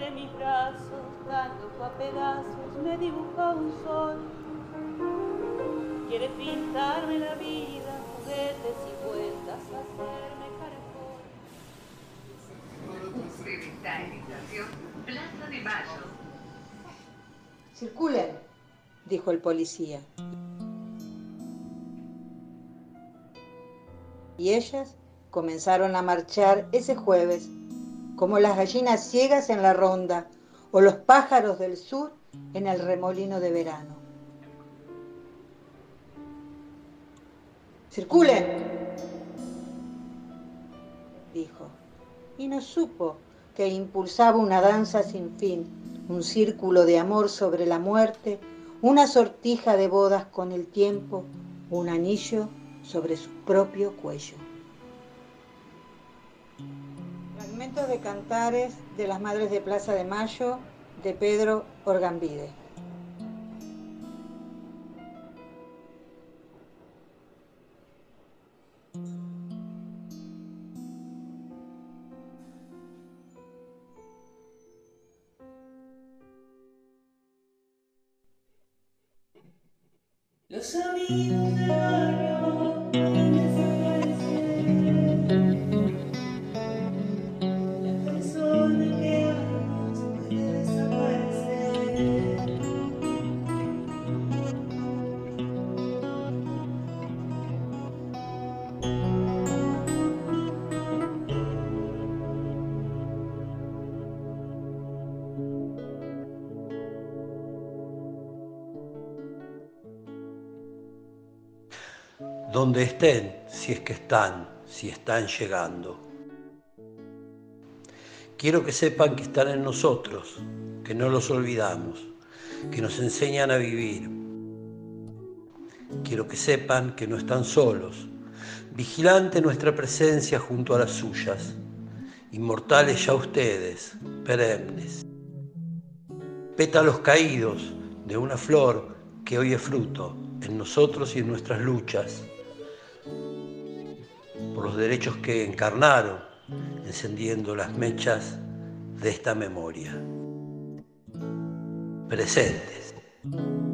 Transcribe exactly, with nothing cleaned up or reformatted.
entre mis brazos, dando a pedazos, me dibuja un sol. Quiere pintarme la vida, juguetes y vueltas, hacerme caracol. Revitalización Plaza de Mayo. Circulen, dijo el policía. Y ellas comenzaron a marchar ese jueves, como las gallinas ciegas en la ronda o los pájaros del sur en el remolino de verano. ¡Circulen!, dijo, y no supo que impulsaba una danza sin fin, un círculo de amor sobre la muerte, una sortija de bodas con el tiempo, un anillo sobre su propio cuello. Fragmentos de cantares de las Madres de Plaza de Mayo, de Pedro Orgambide. Los amigos del barrio pueden desaparecer. La persona que amas puede desaparecer. Donde estén, si es que están, si están llegando. Quiero que sepan que están en nosotros, que no los olvidamos, que nos enseñan a vivir. Quiero que sepan que no están solos, vigilante nuestra presencia junto a las suyas, inmortales ya ustedes, perennes. Pétalos caídos de una flor que hoy es fruto en nosotros y en nuestras luchas, por los derechos que encarnaron, encendiendo las mechas de esta memoria. Presentes.